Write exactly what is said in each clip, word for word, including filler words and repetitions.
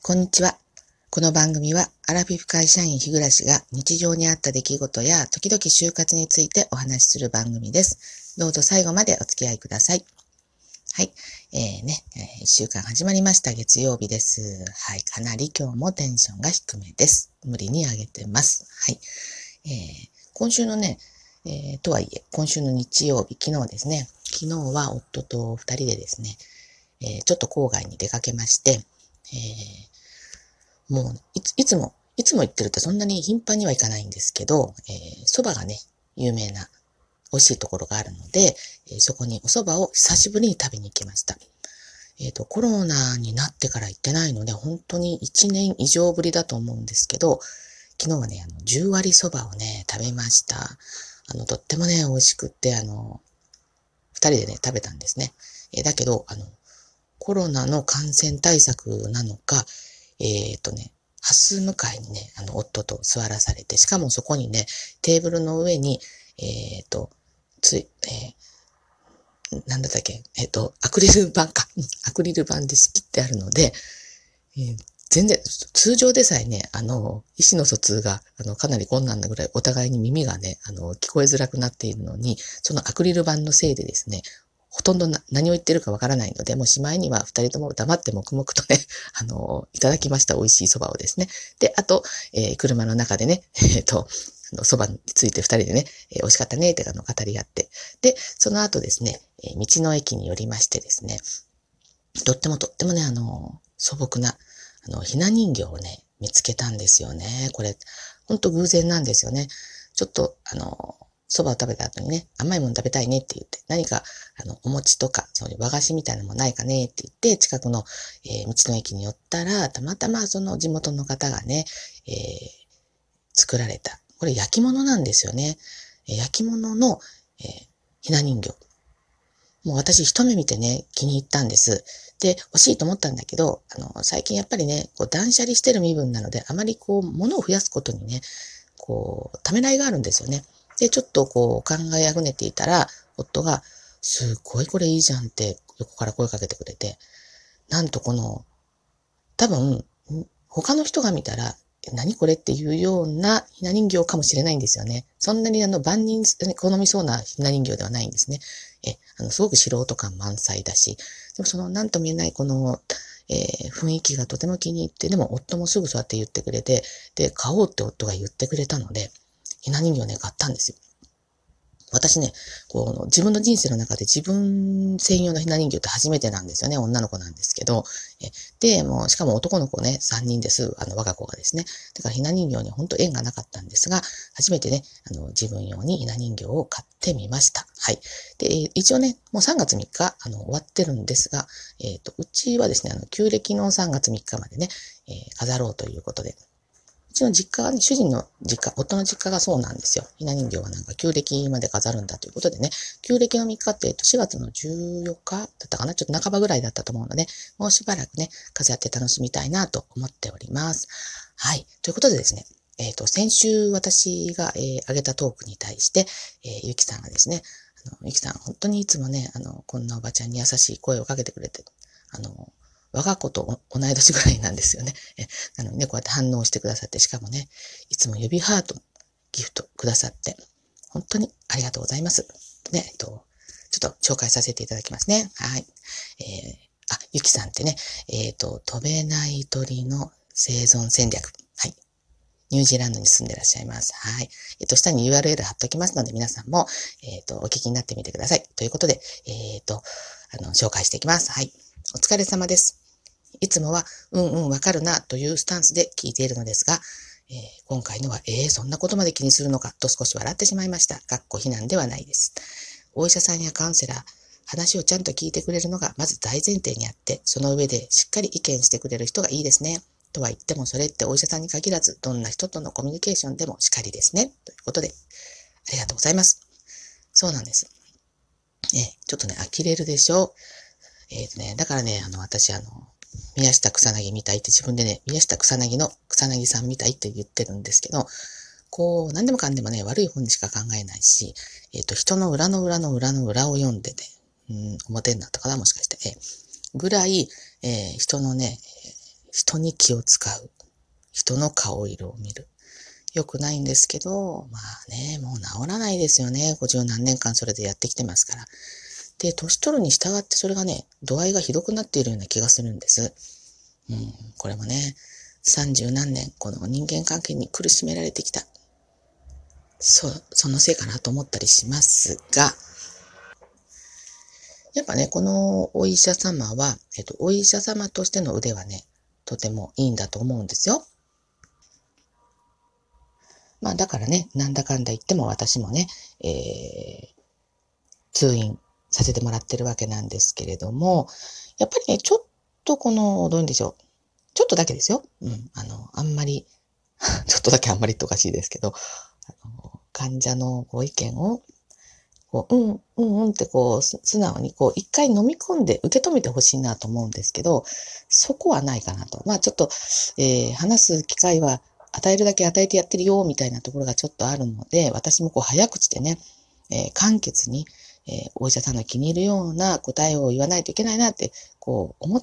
こんにちは。この番組はアラフィフ会社員日暮が日常にあった出来事や時々就活についてお話しする番組です。どうぞ最後までお付き合いください。はい。えー、ね、えー、一週間始まりました。月曜日です。はい。かなり今日もテンションが低めです。無理に上げてます。はい。えー、今週のね、えー、とはいえ、今週の日曜日、昨日ですね、昨日は夫と二人でですね、えー、ちょっと郊外に出かけまして、えーもういつ、いつも、いつも行ってるとそんなに頻繁には行かないんですけど、えー、蕎麦がね、有名な美味しいところがあるので、えー、そこにお蕎麦を久しぶりに食べに行きました。えっと、コロナになってから行ってないので、本当にいちねん以上ぶりだと思うんですけど、昨日はね、あの、じゅう割蕎麦をね、食べました。あの、とってもね、美味しくって、あの、二人でね、食べたんですね。えー、だけど、あの、コロナの感染対策なのか、えっとね、ハス向かいにね、あの、夫と座らされて、しかもそこにね、テーブルの上に、えっと、つい、えー、なんだったっけ、えっと、アクリル板か。アクリル板で仕切ってあるので、えー、全然、通常でさえね、あの、意思の疎通が、あの、かなり困難なぐらいお互いに耳がね、あの、聞こえづらくなっているのに、そのアクリル板のせいでですね、ほとんどな何を言ってるかわからないので、もうしまいには二人とも黙って黙々とね、あの、いただきました美味しい蕎麦をですね。で、あと、えー、車の中でね、えっと、蕎麦について二人でね、えー、美味しかったねってあの語り合って。で、その後ですね、えー、道の駅に寄りましてですね、とってもとってもね、あの、素朴な、あの、ひな人形をね、見つけたんですよね。これ、ほんと偶然なんですよね。ちょっと、あの、蕎麦を食べた後にね、甘いもの食べたいねって言って、何か、あの、お餅とか、そういう和菓子みたいなものないかねって言って、近くの、えー、道の駅に寄ったら、たまたまその地元の方がね、えー、作られた。これ焼き物なんですよね。えー、焼き物の、えー、ひな人形。もう私一目見てね、気に入ったんです。で、欲しいと思ったんだけど、あの、最近やっぱりね、こう断捨離してる身分なので、あまりこう、物を増やすことにね、こう、ためらいがあるんですよね。で、ちょっとこう、考えあぐねていたら、夫が、すっごいこれいいじゃんって横から声かけてくれて、なんとこの、多分、他の人が見たら、何これっていうようなひな人形かもしれないんですよね。そんなにあの万人好みそうなひな人形ではないんですね。え、あの、すごく素人感満載だし、でもその何とも言えないこの、えー、雰囲気がとても気に入って、でも夫もすぐそうやって言ってくれて、で、買おうって夫が言ってくれたので、ひな人形ね、買ったんですよ。私ね、こう、自分の人生の中で自分専用のひな人形って初めてなんですよね。女の子なんですけど。えで、もう、しかも男の子ね、さんにんです。あの、我が子がですね。だからひな人形に本当縁がなかったんですが、初めてね、あの、自分用にひな人形を買ってみました。はい。で、一応ね、もうさんがつみっか、あの、終わってるんですが、えっと、うちはですね、あの、旧暦のさんがつみっかまでね、えー、飾ろうということで、うちの実家はね、主人の実家、夫の実家がそうなんですよ。ひな人形はなんか旧暦まで飾るんだということでね、旧暦のみっかって、えっと、しがつのじゅうよっかだったかな、ちょっと半ばぐらいだったと思うので、もうしばらくね、飾って楽しみたいなと思っております。はい。ということでですね、えっと、先週私が、えー、挙げたトークに対して、えー、ゆきさんがですね、あの、ゆきさん、本当にいつもね、あの、こんなおばちゃんに優しい声をかけてくれて、あの、我が子と同い年ぐらいなんですよね。えなのにね、こうやって反応してくださって、しかもね、いつも指ハートギフトくださって、本当にありがとうございます。ね、えっと、ちょっと紹介させていただきますね。はい。えー、あ、ゆきさんってね、えっと、飛べない鳥の生存戦略。はい。ニュージーランドに住んでらっしゃいます。はい。えっと、下に ユーアールエル 貼っときますので、皆さんも、えっと、お聞きになってみてください。ということで、えっと、あの、紹介していきます。はい。お疲れ様です。いつもは、うんうんわかるなというスタンスで聞いているのですが、えー、今回のは、えー、そんなことまで気にするのかと少し笑ってしまいました。かっこ非難ではないです。お医者さんやカウンセラー、話をちゃんと聞いてくれるのがまず大前提にあって、その上でしっかり意見してくれる人がいいですね。とは言ってもそれってお医者さんに限らず、どんな人とのコミュニケーションでもしっかりですね。ということで、ありがとうございます。そうなんです。えー、ちょっとね、呆れるでしょ。えっとね、だからね、あの、私、あの、宮下草薙みたいって自分でね、宮下草薙の草薙さんみたいって言ってるんですけど、こう、何でもかんでもね、悪い本にしか考えないし、えっと、人の裏の裏の裏の裏を読んでて、うん、表になったかな、もしかして、えぐらい、えー、人のね、 人に気を使う。人の顔色を見る。良くないんですけど、まあね、もう治らないですよね。ごじゅう何年間それでやってきてますから。で、年取るに従ってそれがね、度合いがひどくなっているような気がするんです。うん、これもね、三十何年、この人間関係に苦しめられてきた。そう、そのせいかなと思ったりしますが、やっぱね、このお医者様は、えっと、お医者様としての腕はね、とてもいいんだと思うんですよ。まあだからね、なんだかんだ言っても私もね、えー、通院させてもらってるわけなんですけれども、やっぱりね、ちょっとこの、どういうんでしょう。ちょっとだけですよ。うん。あの、あんまり、ちょっとだけあんまりっておかしいですけど、あの患者のご意見を、こう、うん、うん、うんってこう、素直にこう、一回飲み込んで受け止めてほしいなと思うんですけど、そこはないかなと。まあちょっと、えー、話す機会は与えるだけ与えてやってるよ、みたいなところがちょっとあるので、私もこう、早口でね、えー、簡潔に、えー、お医者さんの気に入るような答えを言わないといけないなって、こう、思って、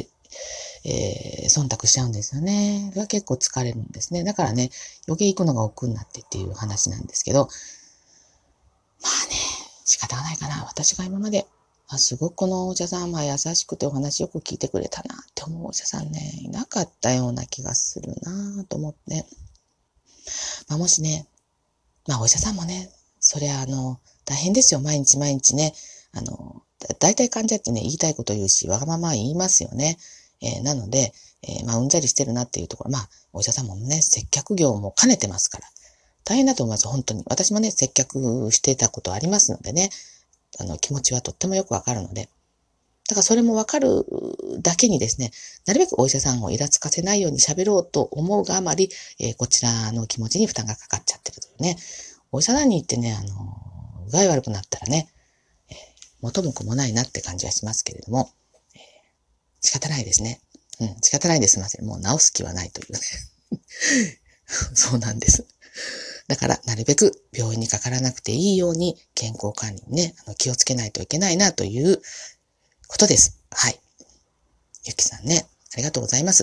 えー、忖度しちゃうんですよね。それは結構疲れるんですね。だからね、余計行くのが億劫になってっていう話なんですけど、まあね、仕方がないかな。私が今まで、あ、すごくこのお医者さんは優しくてお話よく聞いてくれたなって思うお医者さんね、いなかったような気がするなと思って。まあもしね、まあお医者さんもね、そりゃあの、大変ですよ。毎日毎日ね。あの、大体患者ってね、言いたいこと言うし、わがまま言いますよね。えー、なので、えー、まあうんざりしてるなっていうところ、まあお医者さんもね、接客業も兼ねてますから。大変だと思います、本当に。私もね、接客してたことありますのでね、あの、気持ちはとってもよくわかるので。だからそれもわかるだけにですね、なるべくお医者さんをイラつかせないように喋ろうと思うがあまり、えー、こちらの気持ちに負担がかかっちゃってるというね。お医者さんに行ってね、あの、具合悪くなったらね、えー、元も子もないなって感じはしますけれども、えー、仕方ないですね。うん、仕方ないです。すいません。もう治す気はないというね。そうなんです。だから、なるべく病院にかからなくていいように健康管理にね、あの気をつけないといけないなということです。はい。ゆきさんね、ありがとうございます。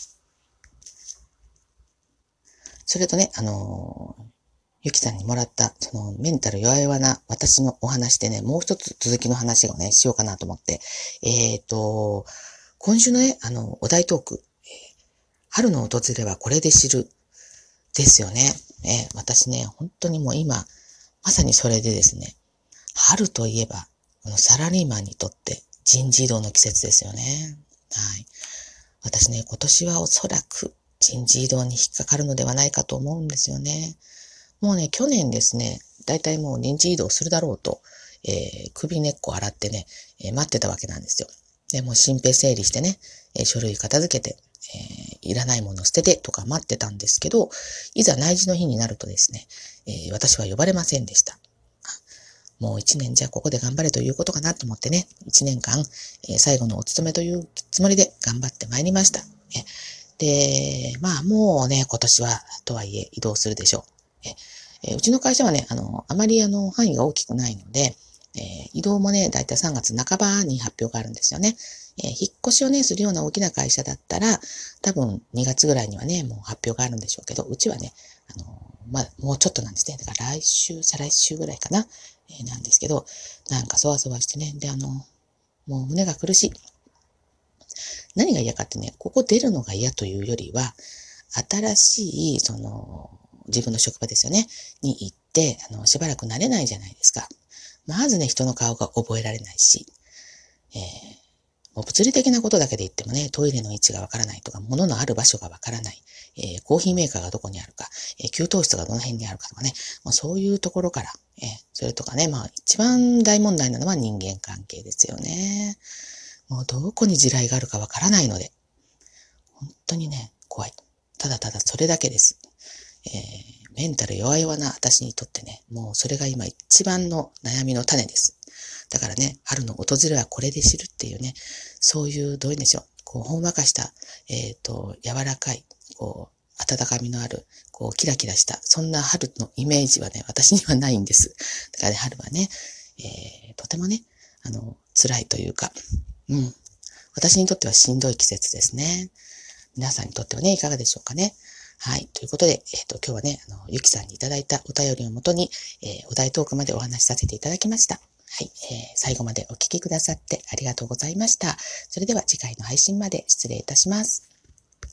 それとね、あのー、ゆきさんにもらった、そのメンタル弱々な私のお話でね、もう一つ続きの話をね、しようかなと思って。えっと、今週のね、あの、お題トーク、春の訪れはこれで知る。ですよね。えー、私ね、本当にもう今、まさにそれでですね、春といえば、このサラリーマンにとって人事異動の季節ですよね。はい。私ね、今年はおそらく人事異動に引っかかるのではないかと思うんですよね。もうね、去年ですね、だいたいもう人事異動するだろうと、えー、首根っこ洗ってね、えー、待ってたわけなんですよ。で、もう身辺整理してね、えー、書類片付けて、えー、いらないものを捨ててとか待ってたんですけど、いざ内示の日になるとですね、えー、私は呼ばれませんでした。もう一年じゃあここで頑張れということかなと思ってね、一年間、えー、最後のお勤めというつもりで頑張ってまいりました。えで、まあもうね、今年はとはいえ移動するでしょう。ええー、うちの会社はね、あの、あまりあの、範囲が大きくないので、えー、移動もね、だいたいさんがつなかばに発表があるんですよね。えー、引っ越しをね、するような大きな会社だったら、多分にがつぐらいにはね、もう発表があるんでしょうけど、うちはね、あの、まあ、もうちょっとなんですね。だから来週、再来週ぐらいかな、えー、なんですけど、なんかそわそわしてね、で、あの、もう胸が苦しい。何が嫌かってね、ここ出るのが嫌というよりは、新しい、その、自分の職場ですよね、に行って、あの、しばらく慣れないじゃないですか。まずね、人の顔が覚えられないし、えー、もう物理的なことだけで言ってもね、トイレの位置がわからないとか、物のある場所がわからない、えー、コーヒーメーカーがどこにあるか、えー、給湯室がどの辺にあるかとかね、まあ、そういうところから、えー、それとかね、まあ一番大問題なのは人間関係ですよね。もうどこに地雷があるかわからないので、本当にね、怖い。ただただそれだけです。えー、メンタル弱々な私にとってね、もうそれが今一番の悩みの種です。だからね、春の訪れはこれで知るっていうね、そういう、どういうんでしょう、こう、ほんわかした、えっと、柔らかい、こう、温かみのある、こう、キラキラした、そんな春のイメージはね、私にはないんです。だからね、春はね、えー、とてもね、あの、辛いというか、うん。私にとってはしんどい季節ですね。 皆さんにとってはね、いかがでしょうかね。はい。ということで、えっと、今日はね、あの、ゆきさんにいただいたお便りをもとに、えー、お題トークまでお話しさせていただきました。はい、えー。最後までお聞きくださってありがとうございました。それでは次回の配信まで失礼いたします。